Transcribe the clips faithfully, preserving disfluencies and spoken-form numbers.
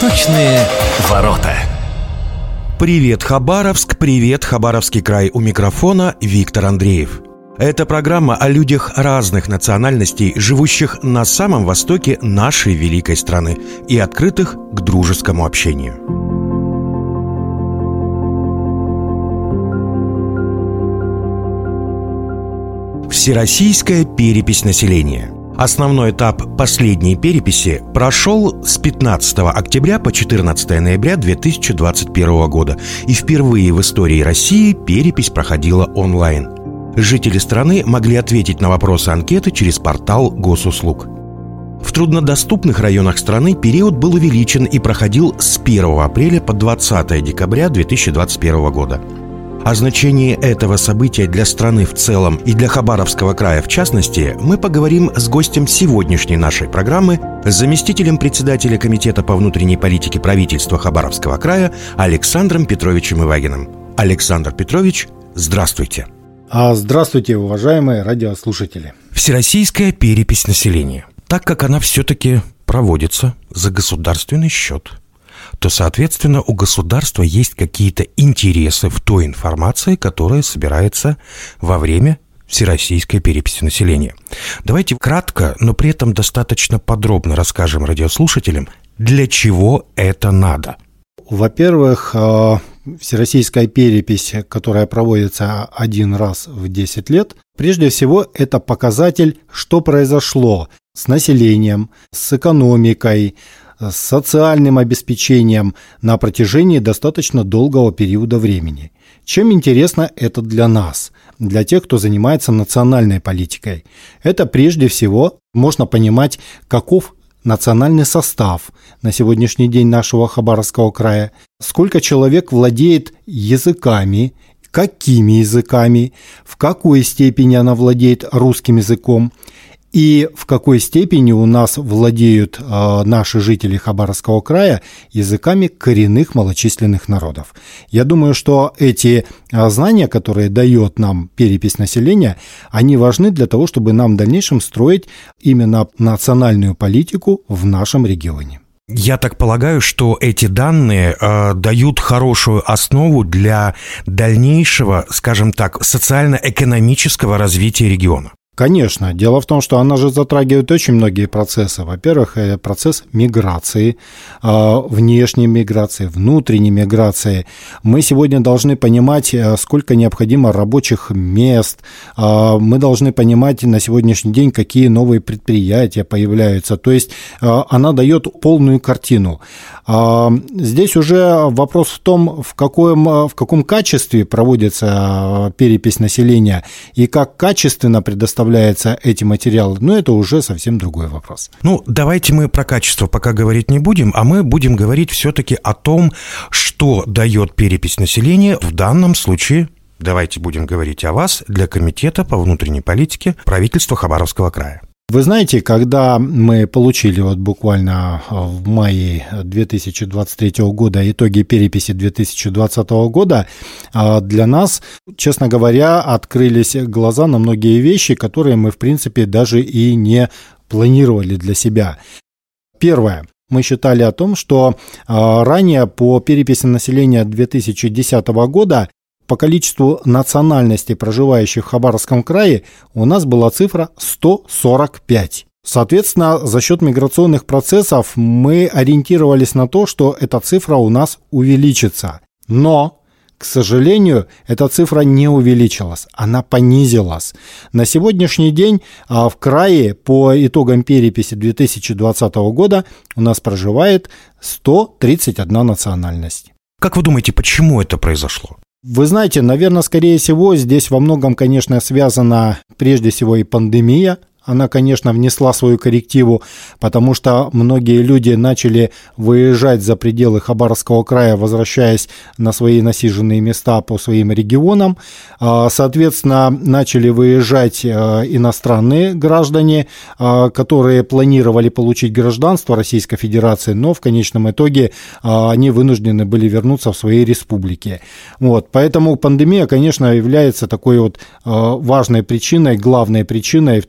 Восточные ворота. Привет, Хабаровск, привет, Хабаровский край. У микрофона Виктор Андреев. Это программа о людях разных национальностей, живущих на самом востоке нашей великой страны и открытых к дружескому общению. Всероссийская перепись населения. Основной этап последней переписи прошел с пятнадцатого октября по четырнадцатое ноября две тысячи двадцать первого года, и впервые в истории России перепись проходила онлайн. Жители страны могли ответить на вопросы анкеты через портал госуслуг. В труднодоступных районах страны период был увеличен и проходил с первого апреля по двадцатое декабря две тысячи двадцать первого года. О значении этого события для страны в целом и для Хабаровского края в частности мы поговорим с гостем сегодняшней нашей программы, заместителем председателя Комитета по внутренней политике правительства Хабаровского края Александром Петровичем Ивагиным. Александр Петрович, здравствуйте. Здравствуйте, уважаемые радиослушатели. Всероссийская перепись населения. Так как она все-таки проводится за государственный счет, то, соответственно, у государства есть какие-то интересы в той информации, которая собирается во время всероссийской переписи населения. Давайте кратко, но при этом достаточно подробно расскажем радиослушателям, для чего это надо. Во-первых, всероссийская перепись, которая проводится один раз в десять лет, прежде всего это показатель, что произошло с населением, с экономикой, с социальным обеспечением на протяжении достаточно долгого периода времени. Чем интересно это для нас, для тех, кто занимается национальной политикой? Это прежде всего можно понимать, каков национальный состав на сегодняшний день нашего Хабаровского края, сколько человек владеет языками, какими языками, в какой степени она владеет русским языком, и в какой степени у нас владеют э, наши жители Хабаровского края языками коренных малочисленных народов. Я думаю, что эти э, знания, которые дает нам перепись населения, они важны для того, чтобы нам в дальнейшем строить именно национальную политику в нашем регионе. Я так полагаю, что эти данные э, дают хорошую основу для дальнейшего, скажем так, социально-экономического развития региона. Конечно. Дело в том, что она же затрагивает очень многие процессы. Во-первых, процесс миграции, внешней миграции, внутренней миграции. Мы сегодня должны понимать, сколько необходимо рабочих мест. Мы должны понимать на сегодняшний день, какие новые предприятия появляются. То есть она дает полную картину. Здесь уже вопрос в том, в каком, в каком качестве проводится перепись населения и как качественно предоставляется эти материалы, но это уже совсем другой вопрос. Ну, давайте мы про качество пока говорить не будем, а мы будем говорить все-таки о том, что дает перепись населения в данном случае. Давайте будем говорить о вас для Комитета по внутренней политике правительства Хабаровского края. Вы знаете, когда мы получили вот буквально в мае две тысячи двадцать третьего года итоги переписи две тысячи двадцатого года, для нас, честно говоря, открылись глаза на многие вещи, которые мы, в принципе, даже и не планировали для себя. Первое. Мы считали о том, что ранее по переписи населения две тысячи десятого года по количеству национальностей, проживающих в Хабаровском крае, у нас была цифра сто сорок пять. Соответственно, за счет миграционных процессов мы ориентировались на то, что эта цифра у нас увеличится. Но, к сожалению, эта цифра не увеличилась, она понизилась. На сегодняшний день в крае по итогам переписи две тысячи двадцатого года у нас проживает сто тридцать одна национальность. Как вы думаете, почему это произошло? Вы знаете, наверное, скорее всего, здесь во многом, конечно, связана прежде всего и пандемия. Она, конечно, внесла свою коррективу, потому что многие люди начали выезжать за пределы Хабаровского края, возвращаясь на свои насиженные места по своим регионам. Соответственно, начали выезжать иностранные граждане, которые планировали получить гражданство Российской Федерации, но в конечном итоге они вынуждены были вернуться в свои республики. Вот. Поэтому пандемия, конечно, является такой вот важной причиной, главной причиной в том, что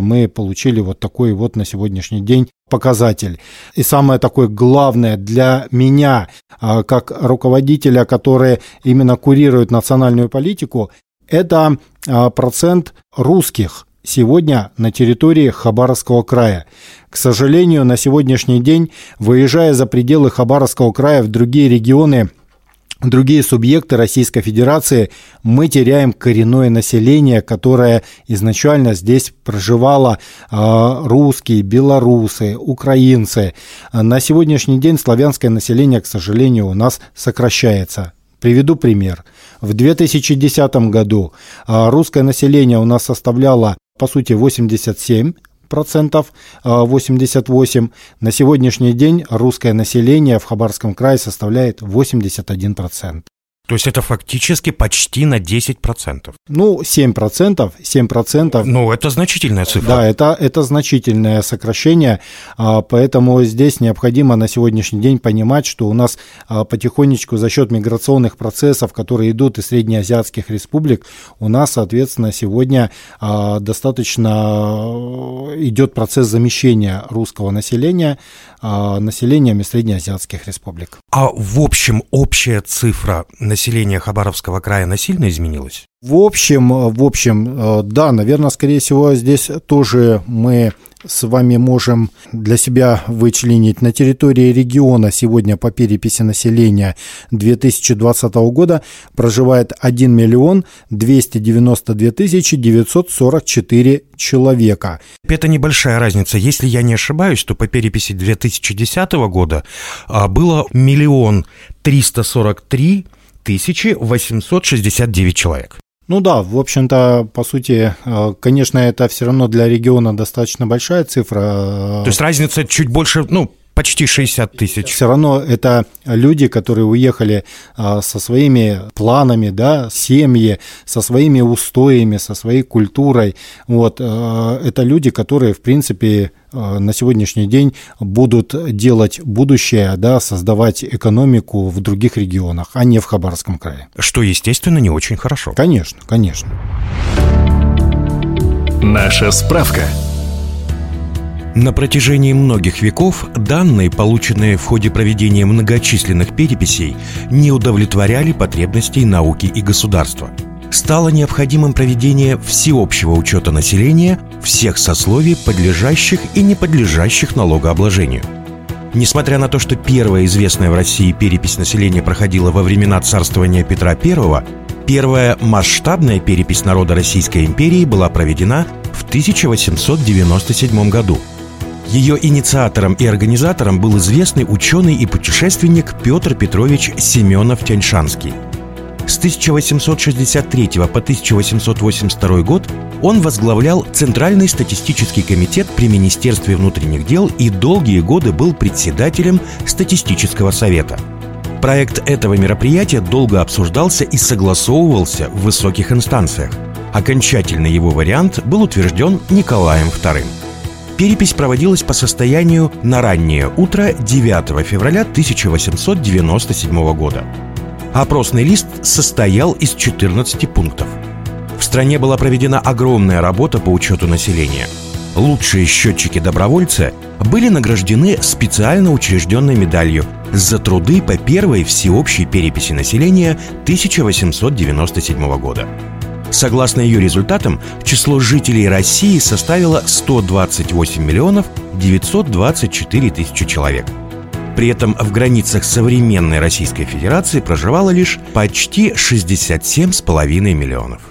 мы получили вот такой вот на сегодняшний день показатель. И самое такое главное для меня, как руководителя, который именно курирует национальную политику, это процент русских сегодня на территории Хабаровского края. К сожалению, на сегодняшний день, выезжая за пределы Хабаровского края в другие регионы, другие субъекты Российской Федерации, мы теряем коренное население, которое изначально здесь проживало, русские, белорусы, украинцы. На сегодняшний день славянское население, к сожалению, у нас сокращается. Приведу пример. В две тысячи десятом году русское население у нас составляло, по сути, восемьдесят семь процентов, восемьдесят восемь процентов. На сегодняшний день русское население в Хабаровском крае составляет восемьдесят один процент. То есть это фактически почти на десять процентов. Ну, семь процентов. семь процентов. Ну, это значительная цифра. Да, это, это значительное сокращение, поэтому здесь необходимо на сегодняшний день понимать, что у нас потихонечку за счет миграционных процессов, которые идут из среднеазиатских республик, у нас, соответственно, сегодня достаточно идет процесс замещения русского населения населением из среднеазиатских республик. А в общем, общая цифра населения Хабаровского края насильно изменилась? В общем, в общем, да, наверное, скорее всего, здесь тоже мы с вами можем для себя вычленить. На территории региона сегодня по переписи населения две тысячи двадцатого года проживает один миллион двести девяносто две тысячи девятьсот сорок четыре человека. Это небольшая разница. Если я не ошибаюсь, то по переписи две тысячи десятого года было миллион триста сорок три тысячи восемьсот шестьдесят девять человек. Ну да, в общем-то, по сути, конечно, это все равно для региона достаточно большая цифра. То есть разница чуть больше, ну, почти шестьдесят тысяч. Все равно это люди, которые уехали со своими планами, да, семьи, со своими устоями, со своей культурой. Вот, это люди, которые, в принципе, на сегодняшний день будут делать будущее, да, создавать экономику в других регионах, а не в Хабаровском крае. Что, естественно, не очень хорошо. Конечно, конечно. Наша справка. На протяжении многих веков данные, полученные в ходе проведения многочисленных переписей, не удовлетворяли потребностей науки и государства. Стало необходимым проведение всеобщего учета населения всех сословий, подлежащих и не подлежащих налогообложению. Несмотря на то, что первая известная в России перепись населения проходила во времена царствования Петра Первого, первая масштабная перепись народа Российской империи была проведена в тысяча восемьсот девяносто седьмом году. Ее инициатором и организатором был известный ученый и путешественник Петр Петрович Семенов-Тяньшанский. С тысяча восемьсот шестьдесят третьего по тысяча восемьсот восемьдесят второй год он возглавлял Центральный статистический комитет при Министерстве внутренних дел и долгие годы был председателем Статистического совета. Проект этого мероприятия долго обсуждался и согласовывался в высоких инстанциях. Окончательный его вариант был утвержден Николаем вторым. Перепись проводилась по состоянию на раннее утро девятого февраля тысяча восемьсот девяносто седьмого года. Опросный лист состоял из четырнадцати пунктов. В стране была проведена огромная работа по учету населения. Лучшие счетчики-добровольцы были награждены специально учрежденной медалью за труды по первой всеобщей переписи населения тысяча восемьсот девяносто седьмого года. Согласно ее результатам, число жителей России составило сто двадцать восемь миллионов девятьсот двадцать четыре тысячи человек. При этом в границах современной Российской Федерации проживало лишь почти шестьдесят семь с половиной миллионов.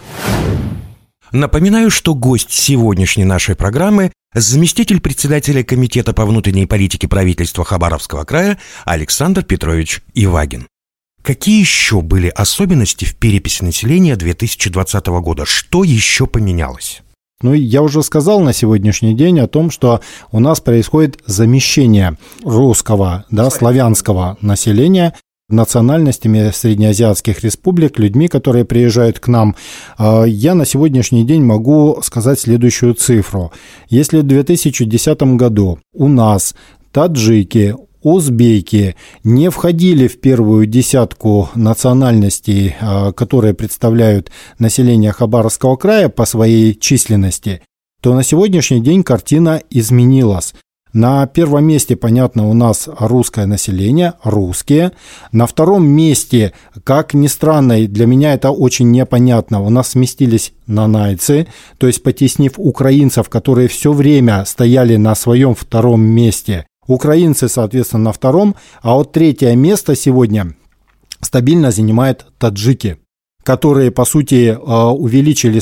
Напоминаю, что гость сегодняшней нашей программы – заместитель председателя Комитета по внутренней политике правительства Хабаровского края Александр Петрович Ивагин. Какие еще были особенности в переписи населения две тысячи двадцатого года? Что еще поменялось? Ну, я уже сказал на сегодняшний день о том, что у нас происходит замещение русского, да, славянского населения национальностями среднеазиатских республик, людьми, которые приезжают к нам. Я на сегодняшний день могу сказать следующую цифру. Если в две тысячи десятом году у нас таджики, узбеки не входили в первую десятку национальностей, которые представляют население Хабаровского края по своей численности, то на сегодняшний день картина изменилась. На первом месте, понятно, у нас русское население, русские. На втором месте, как ни странно, для меня это очень непонятно, у нас сместились нанайцы, то есть потеснив украинцев, которые все время стояли на своем втором месте. Украинцы, соответственно, на втором, а вот третье место сегодня стабильно занимают таджики, которые, по сути, увеличили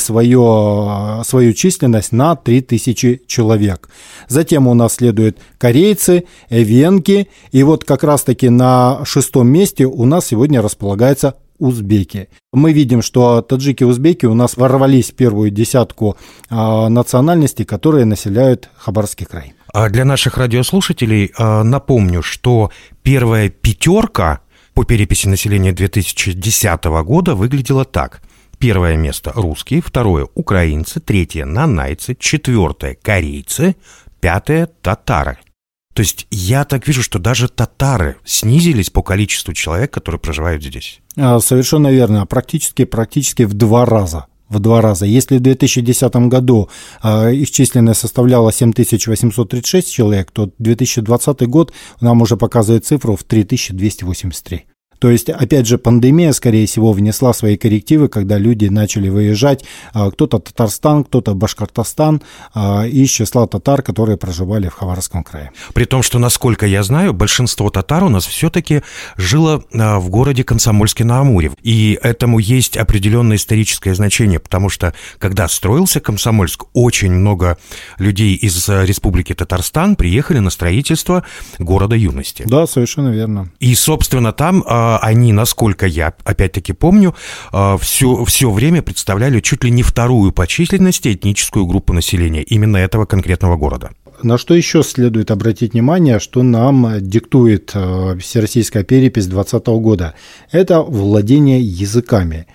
свое, свою численность на три тысячи человек. Затем у нас следуют корейцы, венки, и вот как раз-таки на шестом месте у нас сегодня располагаются узбеки. Мы видим, что таджики и узбеки у нас ворвались в первую десятку национальностей, которые населяют Хабаровский край. А для наших радиослушателей напомню, что первая пятерка по переписи населения две тысячи десятого года выглядело так. Первое место – русские, второе – украинцы, третье – нанайцы, четвертое – корейцы, пятое – татары. То есть я так вижу, что даже татары снизились по количеству человек, которые проживают здесь. Совершенно верно. Практически, практически в два раза. В два раза. Если в две тысячи десятом году э, их численность составляла семь тысяч восемьсот тридцать шесть человек, то две тысячи двадцатый год нам уже показывает цифру в три тысячи двести восемьдесят три. То есть, опять же, пандемия, скорее всего, внесла свои коррективы, когда люди начали выезжать, кто-то Татарстан, кто-то Башкортостан, из числа татар, которые проживали в Хабаровском крае. При том, что, насколько я знаю, большинство татар у нас все-таки жило в городе Комсомольске-на-Амуре. И этому есть определенное историческое значение, потому что, когда строился Комсомольск, очень много людей из Республики Татарстан приехали на строительство города юности. Да, совершенно верно. И, собственно, там они, насколько я опять-таки помню, все, все время представляли чуть ли не вторую по численности этническую группу населения именно этого конкретного города. На что еще следует обратить внимание, что нам диктует всероссийская перепись двадцатого года? Это владение языками.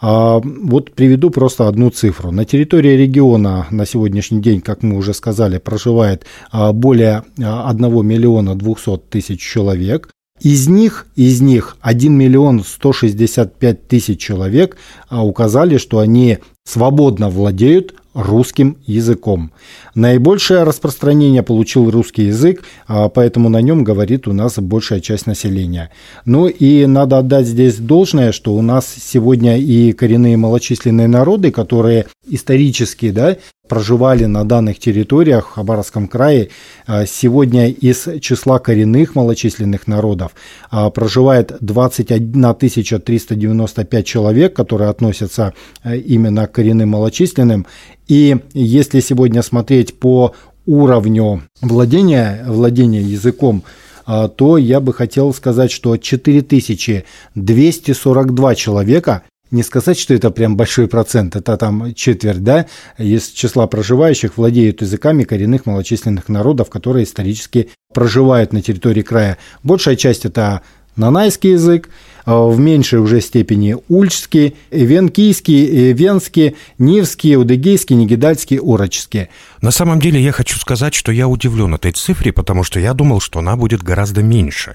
Вот приведу просто одну цифру. На территории региона на сегодняшний день, как мы уже сказали, проживает более одного миллиона двухсот тысяч человек. Из них, из них один миллион сто шестьдесят пять тысяч человек указали, что они свободно владеют русским языком. Наибольшее распространение получил русский язык, поэтому на нем говорит у нас большая часть населения. Ну и надо отдать здесь должное, что у нас сегодня и коренные малочисленные народы, которые исторически, да, проживали на данных территориях в Хабаровском крае, сегодня из числа коренных малочисленных народов проживает двадцать одна тысяча триста девяносто пять человек, которые относятся именно к коренным малочисленным. И если сегодня смотреть по уровню владения, владения языком, то я бы хотел сказать, что четыре тысячи двести сорок два человека, не сказать, что это прям большой процент, это там четверть, да, из числа проживающих владеют языками коренных малочисленных народов, которые исторически проживают на территории края. Большая часть – это нанайский язык, в меньшей уже степени ульчский, венкийский, венский, нивский, удыгейский, негидальский, орочский. На самом деле я хочу сказать, что я удивлен этой цифре, потому что я думал, что она будет гораздо меньше.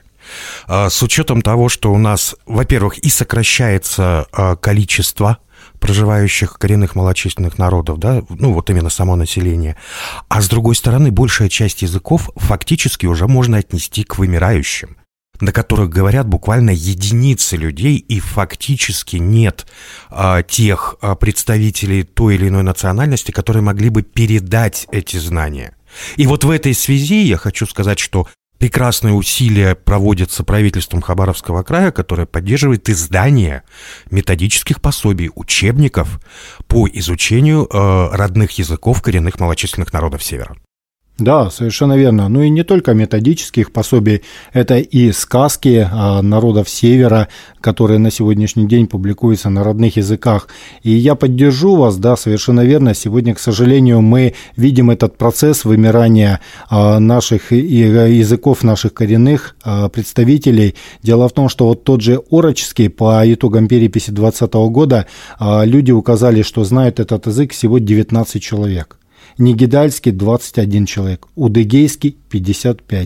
С учетом того, что у нас, во-первых, и сокращается количество проживающих коренных малочисленных народов, да, ну вот именно само население, а с другой стороны, большая часть языков фактически уже можно отнести к вымирающим, на которых говорят буквально единицы людей, и фактически нет а, тех а, представителей той или иной национальности, которые могли бы передать эти знания. И вот в этой связи я хочу сказать, что прекрасные усилия проводятся правительством Хабаровского края, которое поддерживает издание методических пособий, учебников по изучению э, родных языков коренных малочисленных народов Севера. Да, совершенно верно. Ну и не только методических пособий, это и сказки народов Севера, которые на сегодняшний день публикуются на родных языках. И я поддержу вас, да, совершенно верно. Сегодня, к сожалению, мы видим этот процесс вымирания наших языков, наших коренных представителей. Дело в том, что вот тот же орочский, по итогам переписи двадцатого года, люди указали, что знают этот язык всего девятнадцать человек. Негидальский – двадцать один человек, удыгейский – пятьдесят пять.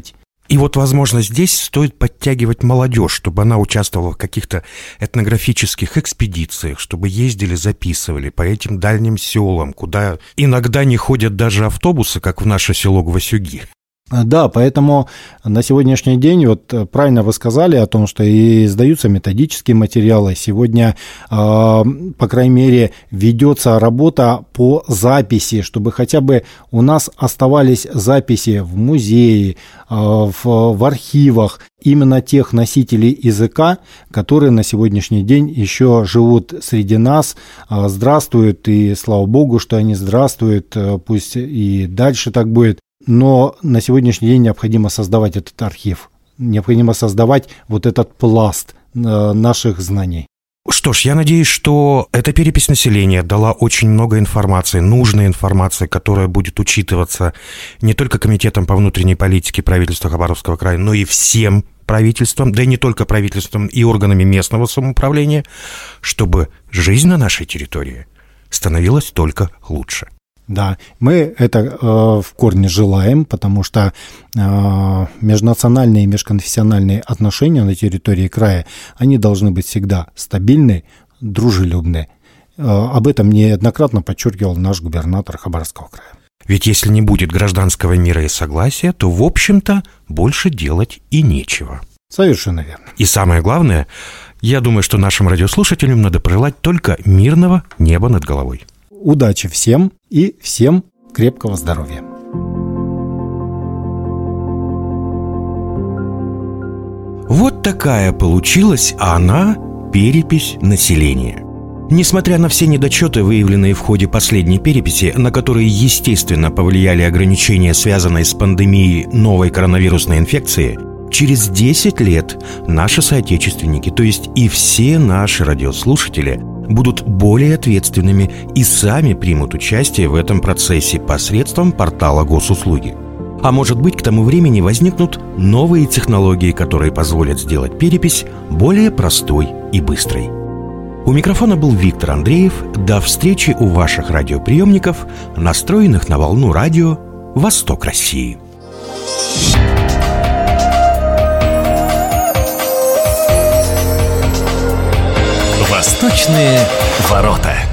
И вот, возможно, здесь стоит подтягивать молодежь, чтобы она участвовала в каких-то этнографических экспедициях, чтобы ездили, записывали по этим дальним селам, куда иногда не ходят даже автобусы, как в наше село Гвасюги. Да, поэтому на сегодняшний день, вот правильно вы сказали о том, что и издаются методические материалы. Сегодня, по крайней мере, ведется работа по записи, чтобы хотя бы у нас оставались записи в музее, в, в архивах именно тех носителей языка, которые на сегодняшний день еще живут среди нас, здравствуют, и слава богу, что они здравствуют, пусть и дальше так будет. Но на сегодняшний день необходимо создавать этот архив, необходимо создавать вот этот пласт наших знаний. Что ж, я надеюсь, что эта перепись населения дала очень много информации, нужной информации, которая будет учитываться не только Комитетом по внутренней политике правительства Хабаровского края, но и всем правительством, да и не только правительством, и органами местного самоуправления, чтобы жизнь на нашей территории становилась только лучше. Да, мы это э, в корне желаем, потому что э, межнациональные и межконфессиональные отношения на территории края, они должны быть всегда стабильны, дружелюбны. Э, об этом неоднократно подчеркивал наш губернатор Хабаровского края. Ведь если не будет гражданского мира и согласия, то, в общем-то, больше делать и нечего. Совершенно верно. И самое главное, я думаю, что нашим радиослушателям надо пожелать только мирного неба над головой. Удачи всем и всем крепкого здоровья. Вот такая получилась она перепись населения. Несмотря на все недочеты, выявленные в ходе последней переписи, на которые, естественно, повлияли ограничения, связанные с пандемией новой коронавирусной инфекции, через десять лет наши соотечественники, то есть и все наши радиослушатели, будут более ответственными и сами примут участие в этом процессе посредством портала Госуслуги. А может быть, к тому времени возникнут новые технологии, которые позволят сделать перепись более простой и быстрой. У микрофона был Виктор Андреев. До встречи у ваших радиоприемников, настроенных на волну радио «Восток России». Восточные ворота.